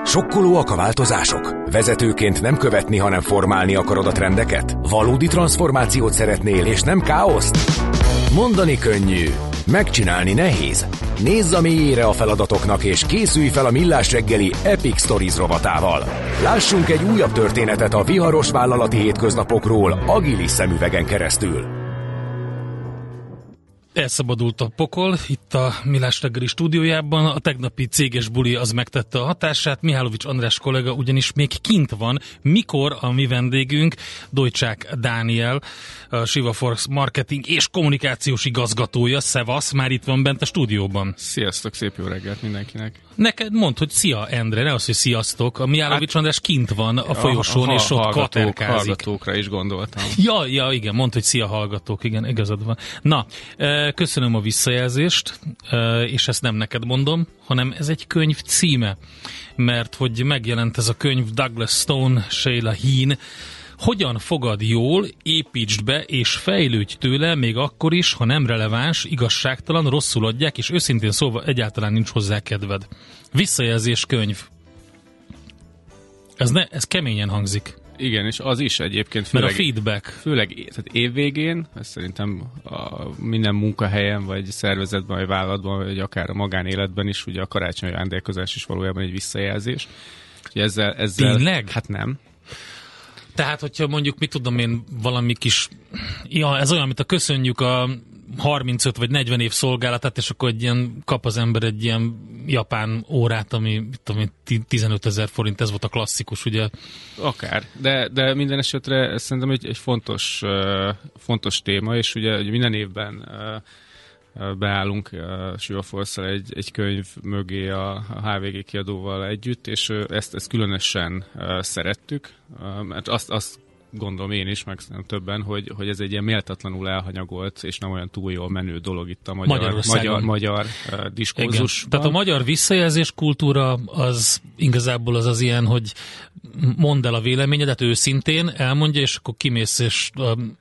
Sokkolóak a változások? Vezetőként nem követni, hanem formálni akarod a trendeket? Valódi transformációt szeretnél, és nem káoszt? Mondani könnyű, megcsinálni nehéz. Nézz a mélyére a feladatoknak, és készülj fel a Millás reggeli Epic Stories rovatával. Lássunk egy újabb történetet a viharos vállalati hétköznapokról agilis szemüvegen keresztül. Elszabadult a pokol itt a Millás reggeli stúdiójában, a tegnapi céges buli az megtette a hatását, Mihálovics András kollega ugyanis még kint van, mikor a mi vendégünk, Dojcsák Dániel, a Sivaforx marketing és kommunikációs igazgatója, szevasz, már itt van bent a stúdióban. Sziasztok, szép jó reggelt mindenkinek. Neked mondd, hogy szia Endre, ne az, hogy sziasztok, a Mihálovics András kint van a folyosón, és ott kvaterkázik. Hallgatókra is gondoltam. Ja, igen, mondd, hogy szia hallgatók, igen, igazad van. Na, köszönöm a visszajelzést, és ezt nem neked mondom, hanem ez egy könyv címe, mert hogy megjelent ez a könyv, Douglas Stone, Sheila Heen, Hogyan fogad jól, építsd be és fejlődj tőle, még akkor is, ha nem releváns, igazságtalan, rosszul adják, és őszintén szólva egyáltalán nincs hozzá kedved. Visszajelzés könyv. Ez keményen hangzik. Igen, és az is egyébként. Főleg, mert a feedback. Főleg tehát évvégén, ezt szerintem minden munkahelyen, vagy szervezetben, vagy vállalatban, vagy akár a magánéletben is, ugye a karácsonyi ajándékozás is valójában egy visszajelzés. Ezzel tényleg? Hát nem. Tehát, hogyha mondjuk, mit tudom én, valami kis... Ja, ez olyan, mint a köszönjük a 35 vagy 40 év szolgálatát, és akkor kap az ember egy ilyen japán órát, ami 15 000 forint, ez volt a klasszikus, ugye? Akár, de minden esetre szerintem egy fontos téma, és ugye minden évben beállunk Sivaforccal egy könyv mögé a HVG kiadóval együtt, és ezt különösen szerettük, mert azt gondolom én is, meg többen, hogy ez egy ilyen méltatlanul elhanyagolt, és nem olyan túl jól menő dolog itt a magyar diskurzusban. Tehát a magyar visszajelzés kultúra az igazából az ilyen, hogy mondd el a véleményedet őszintén, elmondja, és akkor kimész, és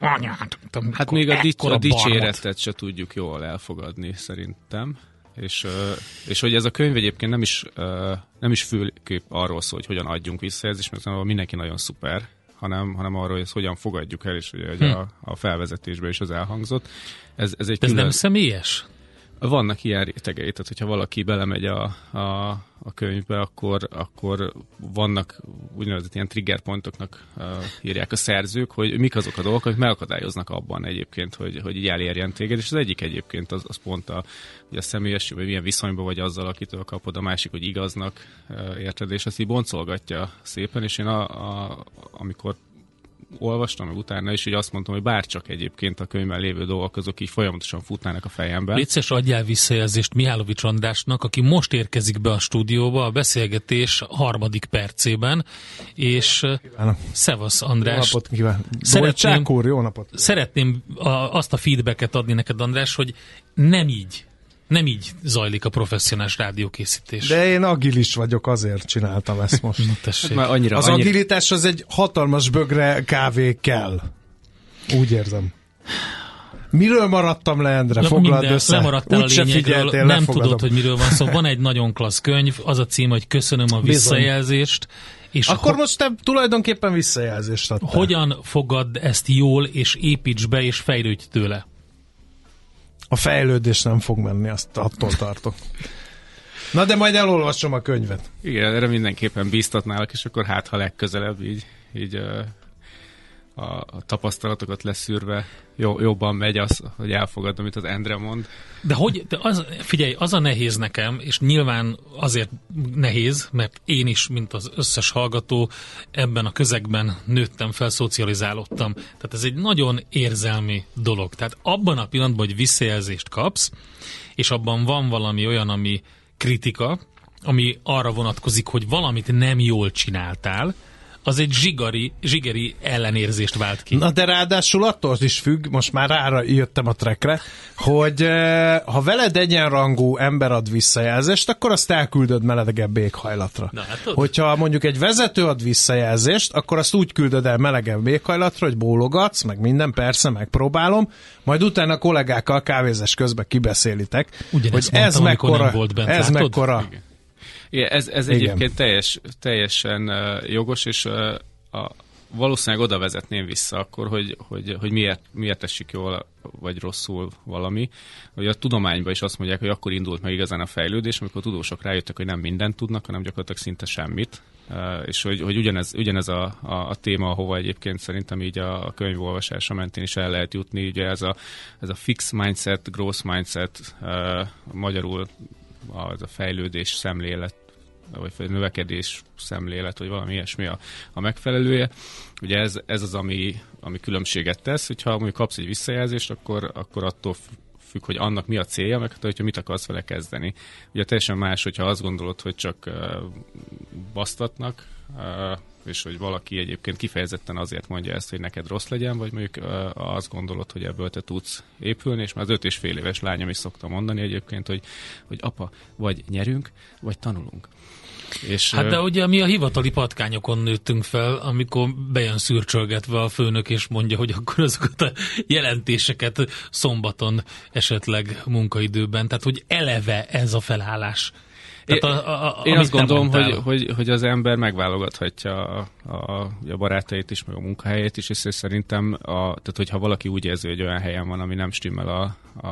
hát még a dicséretet se tudjuk jól elfogadni, szerintem. És hogy ez a könyv egyébként nem is főképp arról szól, hogy hogyan adjunk visszajelzést, mert mindenki nagyon szuper, hanem arról, hogy ezt hogyan fogadjuk el, és ugye a felvezetésben is az elhangzott. Ez nem személyes? Vannak ilyen rétegei, tehát hogyha valaki belemegy a könyvbe, akkor vannak úgynevezett ilyen triggerpontoknak írják a szerzők, hogy mik azok a dolgok, amik megakadályoznak abban egyébként, hogy így elérjen téged, és az egyik egyébként az pont a személyes, vagy milyen viszonyban vagy azzal, akitől kapod, a másik, hogy igaznak érted, és azt így boncolgatja szépen, és én amikor olvastam, meg utána is, hogy azt mondtam, hogy bárcsak egyébként a könyvben lévő dolgok, azok így folyamatosan futnának a fejemben. Létszés, adjál visszajelzést Mihálovics Andrásnak, aki most érkezik be a stúdióba a beszélgetés 3. percében, és szevasz András. Jó napot kívánok. Jó napot. Szeretném azt a feedbacket adni neked, András, hogy nem így zajlik a professzionális rádiókészítés. De én agilis vagyok, azért csináltam ezt most. Hát annyira. Agilitás az egy hatalmas bögre kávé kell. Úgy érzem. Miről maradtam le, Endre? Foglald össze. Lemaradtál a lényegről, nem tudod, hogy miről van szó. Van egy nagyon klassz könyv, az a cím, hogy Köszönöm a visszajelzést. És akkor most te tulajdonképpen visszajelzést adtál. Hogyan fogadd ezt jól, és építs be, és fejlődj tőle? A fejlődés nem fog menni, azt attól tartok. Na de majd elolvasom a könyvet. Igen, erre mindenképpen bíztatnálak, és akkor ha legközelebb így a tapasztalatokat leszűrve jobban megy az, hogy elfogad, amit az Endre mond. De figyelj, az a nehéz nekem, és nyilván azért nehéz, mert én is, mint az összes hallgató, ebben a közegben nőttem fel, szocializálódtam. Tehát ez egy nagyon érzelmi dolog. Tehát abban a pillanatban, hogy visszajelzést kapsz, és abban van valami olyan, ami kritika, ami arra vonatkozik, hogy valamit nem jól csináltál, az egy zsigeri ellenérzést vált ki. Na de ráadásul attól is függ, most már rára jöttem a trackre, hogy ha veled egyenrangú ember ad visszajelzést, akkor azt elküldöd melegebb éghajlatra. Hogyha mondjuk egy vezető ad visszajelzést, akkor azt úgy küldöd el melegebb éghajlatra, hogy bólogatsz, meg minden, persze, megpróbálom, majd utána a kollégákkal kávézás közben kibeszélitek, ugyanezt hogy mondtam, ez mekkora. Igen. Igen, ez egyébként teljesen jogos, és valószínűleg oda vezetném vissza akkor, hogy miért esik jól vagy rosszul valami. Hogy a tudományban is azt mondják, hogy akkor indult meg igazán a fejlődés, amikor a tudósok rájöttek, hogy nem mindent tudnak, hanem gyakorlatilag szinte semmit. És hogy ugyanez a téma, ahova egyébként szerintem így a könyvolvasása mentén is el lehet jutni, ugye ez a fix mindset, growth mindset, magyarul az a fejlődés szemlélet, vagy növekedés szemlélet, vagy valami ilyesmi a megfelelője. Ugye ez az, ami különbséget tesz, hogyha mondjuk kapsz egy visszajelzést, akkor attól függ, hogy annak mi a célja, meg hogyha mit akarsz vele kezdeni. Ugye teljesen más, hogyha azt gondolod, hogy csak basztatnak, és hogy valaki egyébként kifejezetten azért mondja ezt, hogy neked rossz legyen, vagy mondjuk azt gondolod, hogy ebből te tudsz épülni, és már az 5,5 éves lányom is szokta mondani egyébként, hogy apa, vagy nyerünk, vagy tanulunk. Hát de ugye mi a hivatali patkányokon nőttünk fel, amikor bejön szürcsölgetve a főnök, és mondja, hogy akkor azokat a jelentéseket szombaton esetleg munkaidőben, tehát hogy eleve ez a felállás. Én azt gondolom, hogy az ember megválogathatja a barátait is, meg a munkahelyét is, és szerintem, tehát hogyha valaki úgy érzi, hogy olyan helyen van, ami nem stimmel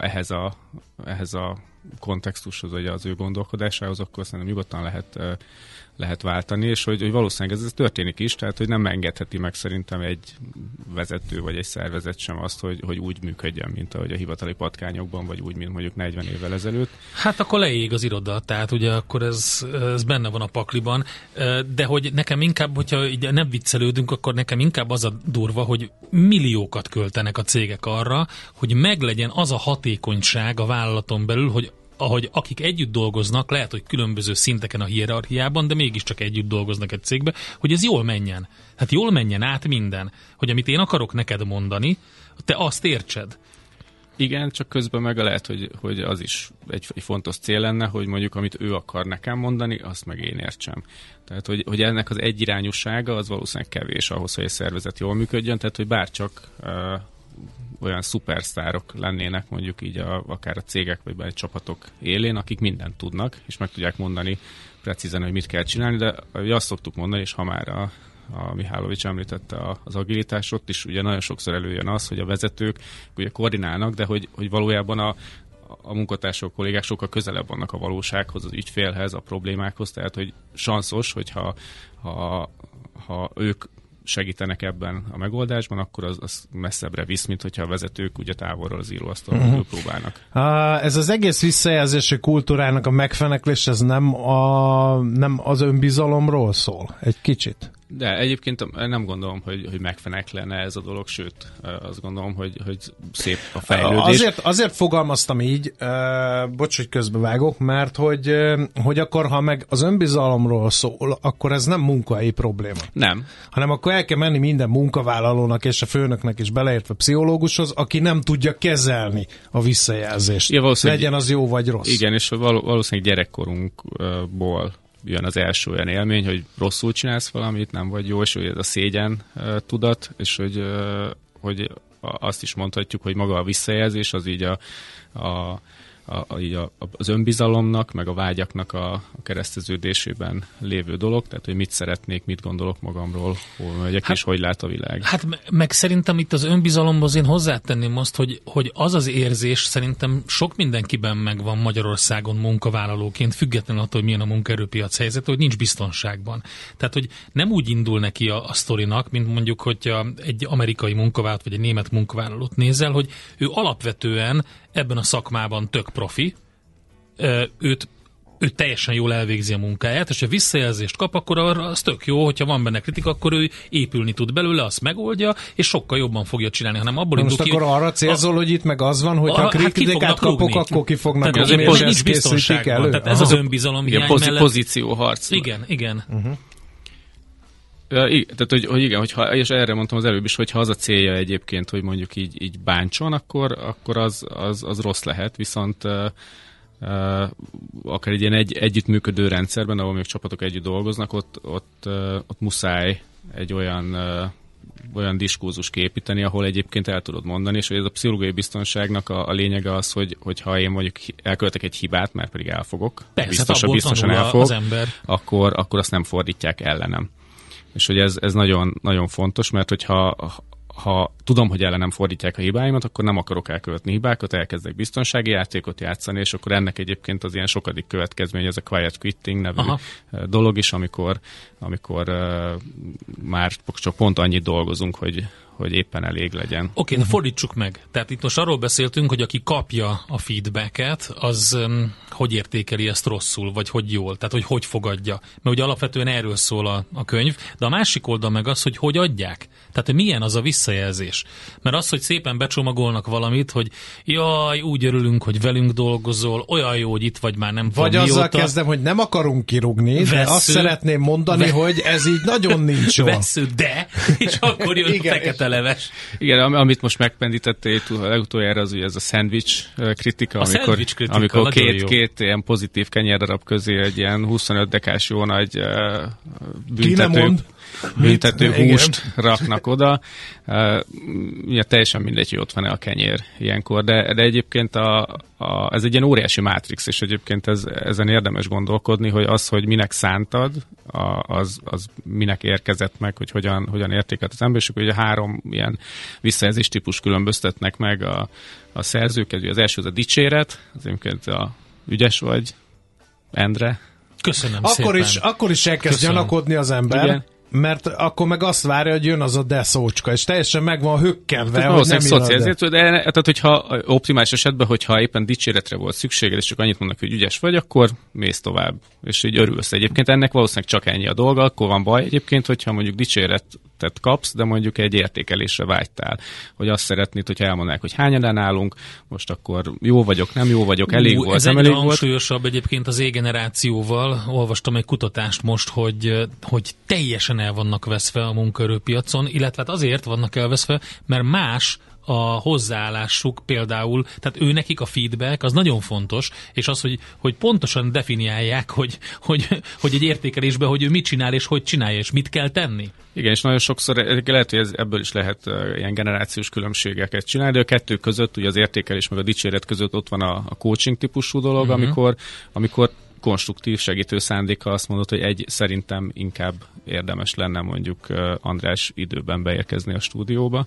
ehhez a kontextushoz, vagy az ő gondolkodásához, akkor szerintem nyugodtan lehet váltani, és hogy valószínűleg ez történik is, tehát hogy nem engedheti meg szerintem egy vezető vagy egy szervezet sem azt, hogy úgy működjön, mint ahogy a hivatali patkányokban, vagy úgy, mint mondjuk 40 évvel ezelőtt. Hát akkor leég az iroda, tehát ugye akkor ez benne van a pakliban, de hogy nekem inkább, hogyha így nem viccelődünk, akkor nekem inkább az a durva, hogy milliókat költenek a cégek arra, hogy meglegyen az a hatékonyság a vállalaton belül, hogy ahogy akik együtt dolgoznak, lehet, hogy különböző szinteken a hierarchiában, de mégiscsak együtt dolgoznak egy cégbe, hogy ez jól menjen. Hát jól menjen át minden. Hogy amit én akarok neked mondani, te azt értsed. Igen, csak közben meg lehet, hogy az is egy fontos cél lenne, hogy mondjuk amit ő akar nekem mondani, azt meg én értsem. Tehát, hogy ennek az egyirányúsága az valószínűleg kevés ahhoz, hogy egy szervezet jól működjön, tehát, hogy bárcsak olyan szupersztárok lennének mondjuk így akár a cégek vagy egy csapatok élén, akik mindent tudnak, és meg tudják mondani precízen, hogy mit kell csinálni, de azt szoktuk mondani, és ha már a Mihálovics említette az agilitás, ott is ugye nagyon sokszor előjön az, hogy a vezetők ugye koordinálnak, de hogy valójában a munkatársak, kollégák sokkal közelebb vannak a valósághoz, az ügyfélhez, a problémákhoz, tehát hogy sanszos, hogyha ők segítenek ebben a megoldásban, akkor az messzebbre visz, mint hogyha a vezetők ugye távolról az íróasztalon próbálnak. Ez az egész visszajelzési kultúrának a megfeneklés, ez nem az önbizalomról szól? Egy kicsit? De egyébként nem gondolom, hogy megfeneklene ez a dolog, sőt, azt gondolom, hogy szép a fejlődés. Azért fogalmaztam így, bocs, hogy közbevágok, mert hogy akkor, ha meg az önbizalomról szól, akkor ez nem munkahelyi probléma. Nem. Hanem akkor el kell menni minden munkavállalónak és a főnöknek is beleértve pszichológushoz, aki nem tudja kezelni a visszajelzést. Ja, legyen az jó vagy rossz. Igen, és valószínűleg gyerekkorunkból jön az első olyan élmény, hogy rosszul csinálsz valamit, nem vagy jó, és hogy ez a szégyen tudat, és hogy azt is mondhatjuk, hogy maga a visszajelzés az így az önbizalomnak, meg a vágyaknak a kereszteződésében lévő dolog, tehát hogy mit szeretnék, mit gondolok magamról, hol megyek, és hogy lát a világ. Hát meg szerintem itt az önbizalomhoz én hozzátenném azt, hogy az az érzés szerintem sok mindenkiben megvan Magyarországon munkavállalóként, függetlenül attól, hogy milyen a munkaerőpiac helyzet, hogy nincs biztonságban. Tehát, hogy nem úgy indul neki a sztorinak, mint mondjuk, hogyha egy amerikai munkavállalót, vagy egy német munkavállalót nézel, hogy ő alapvetően ebben a szakmában tök profi, ő teljesen jól elvégzi a munkáját, és ha visszajelzést kap, akkor az tök jó, hogyha van benne kritika, akkor ő épülni tud belőle, azt megoldja, és sokkal jobban fogja csinálni, hanem abból indul ki... Most akkor arra célzol, hogy itt meg az van, hogy ha kritikát kapok, akkor ki fognak rúgni, és ezt készítik elő. Tehát ez az önbizalom hiány mellett... Pozícióharc. Igen. Tehát, hogy igen, és erre mondtam az előbb is, hogyha az a célja egyébként, hogy mondjuk így bántson, akkor az rossz lehet, viszont akár egy ilyen együttműködő rendszerben, ahol még csapatok együtt dolgoznak, ott muszáj egy olyan olyan diskurzus kiépíteni, ahol egyébként el tudod mondani, és hogy ez a pszichológiai biztonságnak a lényege az, hogyha én mondjuk elkövetek egy hibát, mert pedig elfogok, biztosan elfogok, az ember. Akkor azt nem fordítják ellenem. És hogy ez nagyon, nagyon fontos, mert hogyha tudom, hogy ellenem fordítják a hibáimat, akkor nem akarok elkövetni hibákat, elkezdek biztonsági játékot játszani, és akkor ennek egyébként az ilyen sokadik következmény, ez a quiet quitting nevű dolog is, amikor már csak pont annyit dolgozunk, hogy éppen elég legyen. Oké, de fordítsuk meg. Tehát itt most arról beszéltünk, hogy aki kapja a feedbacket, az hogy értékeli ezt rosszul, vagy hogy jól, tehát hogy fogadja. Mert ugye alapvetően erről szól a könyv, de a másik oldal meg az, hogy adják. Tehát hogy milyen az a visszajelzés. Mert az, hogy szépen becsomagolnak valamit, hogy jaj, úgy örülünk, hogy velünk dolgozol, olyan jó, hogy itt vagy már nem tudom mióta. Vagy azzal kezdem, hogy nem akarunk kirúgni, de azt szeretném mondani, hogy ez így nagyon nincs jó. Vessző, de, és akkor jön a fekete leves. Igen, amit most megpendítettél legutoljára, az ugye ez a szendvics kritika, amikor két ilyen pozitív kenyérdarab közé egy ilyen 25 dekás jó nagy büntető húst raknak oda. Ugye teljesen mindegy, hogy ott van-e a kenyér ilyenkor, de egyébként ez egy ilyen óriási mátrix, és egyébként ezen érdemes gondolkodni, hogy az, hogy minek szántad, az minek érkezett meg, hogy hogyan értékelt az ember, és akkor ugye 3 ilyen visszajelzés típus különböztetnek meg a szerzőket. Az első az a dicséret, az egyébként ügyes vagy, Endre. Köszönöm szépen. Akkor is elkezd gyanakodni az ember. Igen. Mert akkor meg azt várja, hogy jön az a de szócska, és teljesen meg van hökkenve, hogy nem jön de tehát, hogyha optimális esetben, hogyha éppen dicséretre volt szükséged, és csak annyit mondnak, hogy ügyes vagy, akkor mész tovább, és így örülsz. Egyébként ennek valószínűleg csak ennyi a dolga, akkor van baj egyébként, hogyha mondjuk dicséretet kapsz, de mondjuk egy értékelésre vágytál, hogy azt szeretnéd, hogy elmondják, hogy hányan állunk, most akkor jó vagyok, nem jó vagyok, elég volt, ez nem elég volt. Ez hangsúlyosabb egyébként az Z-generációval. Olvastam egy kutatást most, hogy teljesen el vannak veszve a munkaerőpiacon, illetve azért vannak elveszve, mert más a hozzáállásuk például, tehát ő nekik a feedback az nagyon fontos, és az, hogy pontosan definiálják, hogy egy értékelésben, hogy ő mit csinál, és hogy csinálja, és mit kell tenni. Igen, és nagyon sokszor lehet, hogy ebből is lehet ilyen generációs különbségeket csinálni, de a kettő között, ugye az értékelés meg a dicséret között ott van a coaching típusú dolog, amikor konstruktív segítő szándéka azt mondod, hogy szerintem inkább érdemes lenne mondjuk András időben beérkezni a stúdióba,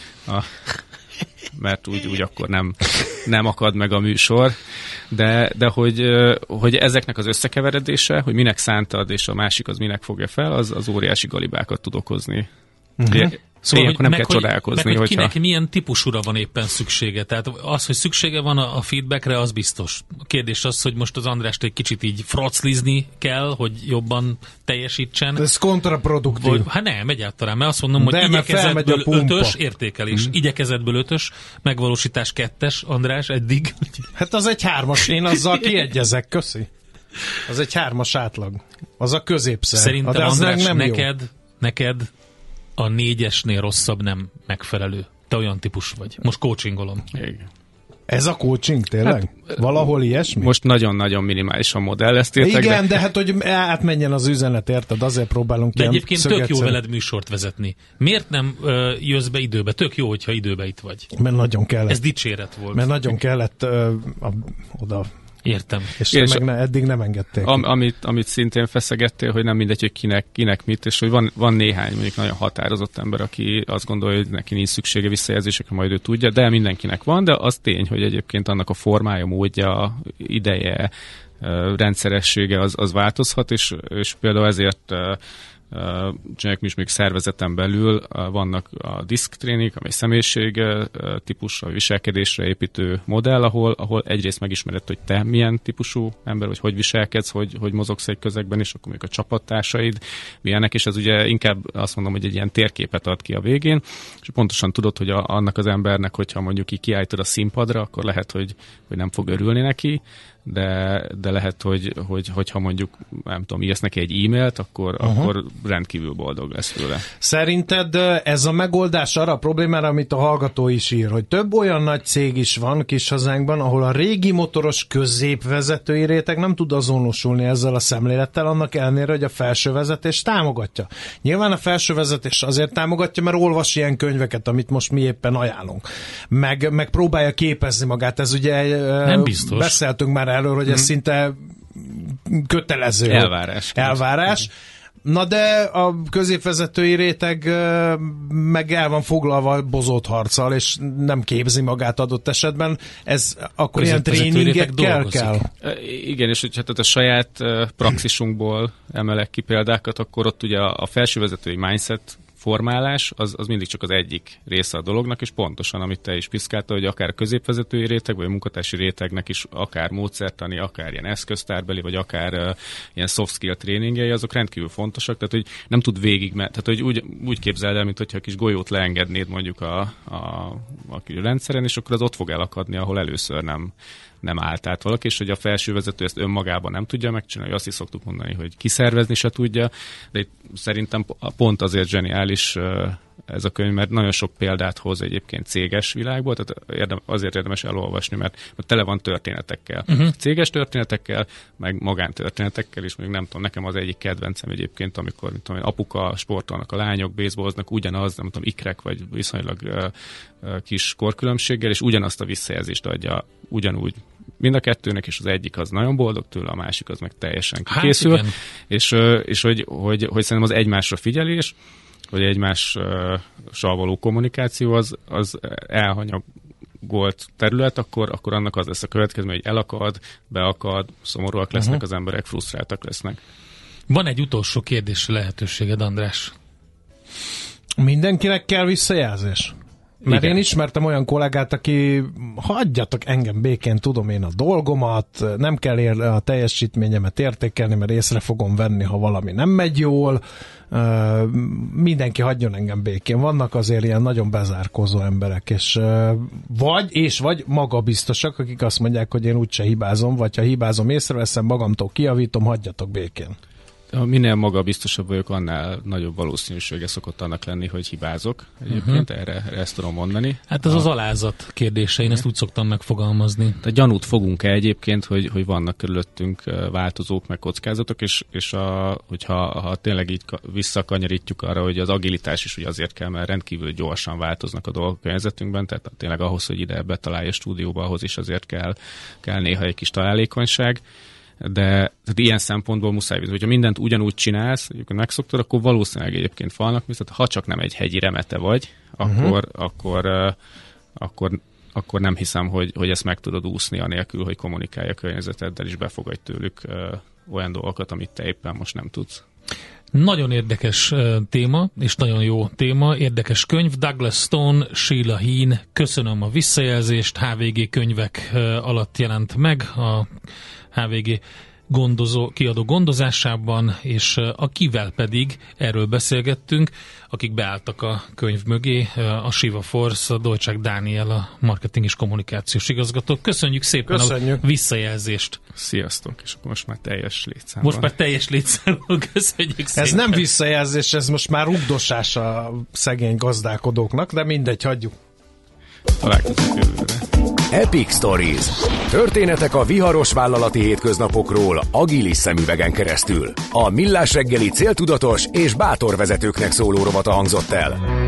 mert úgy akkor nem akad meg a műsor, de hogy ezeknek az összekeveredése, hogy minek szántad, és a másik az minek fogja fel, az óriási galibákat tud okozni. Szóval, akkor nem kell csodálkozni, hogy kinek milyen típusúra van éppen szüksége. Tehát az, hogy szüksége van a feedbackre, az biztos. A kérdés az, hogy most az Andrást egy kicsit így froclizni kell, hogy jobban teljesítsen. Ez kontraproduktív. Hát nem, egyáltalán, mert azt mondom, hogy igyekezetből 5-ös értékelés. Igyekezetből 5-ös, megvalósítás 2-es, András, eddig. Hát az egy 3-as, én azzal kiegyezek, köszi. Az egy 3-as átlag. Az a középszer. Szerintem András, neked a 4-esnél rosszabb nem megfelelő. Te olyan típus vagy. Most coachingolom. Igen. Ez a coaching tényleg? Hát, valahol ilyesmi? Most nagyon-nagyon minimális a modell, ezt értek. Igen, de hát, hogy átmenjen az üzenet, érted? Azért próbálunk de egyébként tök jó veled műsort vezetni. Miért nem jössz be időbe? Tök jó, hogyha időbe itt vagy. Mert nagyon kellett. Ez dicséret volt. Mert nagyon kellett oda... Értem. És eddig nem engedték. Amit szintén feszegettél, hogy nem mindegy, hogy kinek mit, és hogy van néhány mondjuk nagyon határozott ember, aki azt gondolja, hogy neki nincs szüksége visszajelzésekre, majd ő tudja, de mindenkinek van, de az tény, hogy egyébként annak a formája, módja, ideje, rendszeressége az változhat, és például ezért csináljuk mi is még szervezeten belül, vannak a disk tréning, ami személyiség típus, a viselkedésre építő modell, ahol egyrészt megismered, hogy te milyen típusú ember, vagy hogy viselkedsz, hogy mozogsz egy közegben, és akkor még a csapattársaid milyenek, és ez ugye inkább azt mondom, hogy egy ilyen térképet ad ki a végén, és pontosan tudod, hogy annak az embernek, hogyha mondjuk kiállítod a színpadra, akkor lehet, hogy nem fog örülni neki, de lehet, hogyha mondjuk, nem tudom, írsz neki egy e-mailt, akkor rendkívül boldog lesz tőle. Szerinted ez a megoldás arra a problémára, amit a hallgató is ír, hogy több olyan nagy cég is van kis hazánkban, ahol a régi motoros középvezetői réteg nem tud azonosulni ezzel a szemlélettel, annak ellenére, hogy a felső vezetés támogatja. Nyilván a felső vezetés azért támogatja, mert olvas ilyen könyveket, amit most mi éppen ajánlunk. Meg próbálja képezni magát. Ez ugye nem biztos. Beszéltünk már erről, hogy ez szinte kötelező. Elvárás. Na de a középvezetői réteg meg el van foglalva bozott harccal, és nem képzi magát adott esetben. Ez akkor ilyen tréningekkel kell? Igen, és hogyha a saját praxisunkból emelek ki példákat, akkor ott ugye a felsővezetői mindset formálás, az mindig csak az egyik része a dolognak, és pontosan, amit te is piszkálta, hogy akár a középvezetői réteg, vagy a munkatársi rétegnek is akár módszertani, akár ilyen eszköztárbeli, vagy akár ilyen soft skill tréningjei, azok rendkívül fontosak, tehát hogy nem tud tehát hogy úgy képzeld el, mint hogyha a kis golyót leengednéd mondjuk a rendszeren, és akkor az ott fog elakadni, ahol először nem állt át valaki, és hogy a felsővezető ezt önmagában nem tudja megcsinálni, azt is szoktuk mondani, hogy kiszervezni se tudja, de itt szerintem pont azért zseniális ez a könyv, mert nagyon sok példát hoz egyébként céges világból, tehát azért érdemes elolvasni, mert tele van történetekkel. Céges történetekkel, meg magántörténetekkel is, mondjuk nem tudom, nekem az egyik kedvencem egyébként, amikor apuka sportolnak, a lányok baseballoznak, ugyanaz, nem tudom, ikrek, vagy viszonylag kis korkülönbséggel, és ugyanazt a visszajelzést adja ugyanúgy mind a kettőnek, és az egyik az nagyon boldog tőle, a másik az meg teljesen kikészül. Hát és hogy szerintem az egymásra figyelés, vagy egymással való kommunikáció az elhanyagolt terület, akkor annak az lesz a következő, hogy elakad, beakad, szomorúak lesznek az emberek, frusztráltak lesznek. Van egy utolsó kérdésre lehetőséged, András. Mindenkinek kell visszajelzés? Mert igen. Én ismertem olyan kollégát, aki hagyjatok engem békén, tudom én a dolgomat, nem kell a teljesítményemet értékelni, mert észre fogom venni, ha valami nem megy jól, mindenki hagyjon engem békén. Vannak azért ilyen nagyon bezárkózó emberek, és vagy magabiztosak, akik azt mondják, hogy én úgyse hibázom, vagy ha hibázom, észreveszem, magamtól kijavítom, hagyjatok békén. Minél magabiztosabb vagyok, annál nagyobb valószínűsége szokott annak lenni, hogy hibázok. Egyébként erre ezt tudom mondani. Hát ez az alázat kérdése, én ezt úgy szoktam megfogalmazni. Tehát gyanút fogunk-e egyébként, hogy vannak körülöttünk változók, meg kockázatok, és hogyha tényleg így visszakanyarítjuk arra, hogy az agilitás is ugye azért kell, mert rendkívül gyorsan változnak a dolgok a környezetünkben, tehát tényleg ahhoz, hogy ide betalálj a stúdióba, ahhoz is azért kell néha egy kis találékonyság. De tehát ilyen szempontból muszáj, hogyha mindent ugyanúgy csinálsz, egyébként megszoktad, akkor valószínűleg egyébként falnak, viszont ha csak nem egy hegyi remete vagy, akkor nem hiszem, hogy ezt meg tudod úszni anélkül, hogy kommunikálj a környezeteddel, és befogadj tőlük olyan dolgokat, amit te éppen most nem tudsz. Nagyon érdekes téma, és nagyon jó téma, érdekes könyv. Douglas Stone, Sheila Heen, köszönöm a visszajelzést, HVG könyvek alatt jelent meg a HVG kiadó gondozásában, és akivel pedig erről beszélgettünk, akik beálltak a könyv mögé, a Shiva Force, a Dolcsák Dániel, a marketing és kommunikációs igazgató. Köszönjük szépen a visszajelzést. Sziasztok, és akkor most már teljes létszámban. Most már teljes létszámban, köszönjük szépen. Ez nem visszajelzés, ez most már rugdosás a szegény gazdálkodóknak, de mindegy, hagyjuk. Találkozunk jövőre. Epic Stories. Történetek a viharos vállalati hétköznapokról agilis szemüvegen keresztül. A Millás reggeli céltudatos és bátor vezetőknek szóló rovata hangzott el.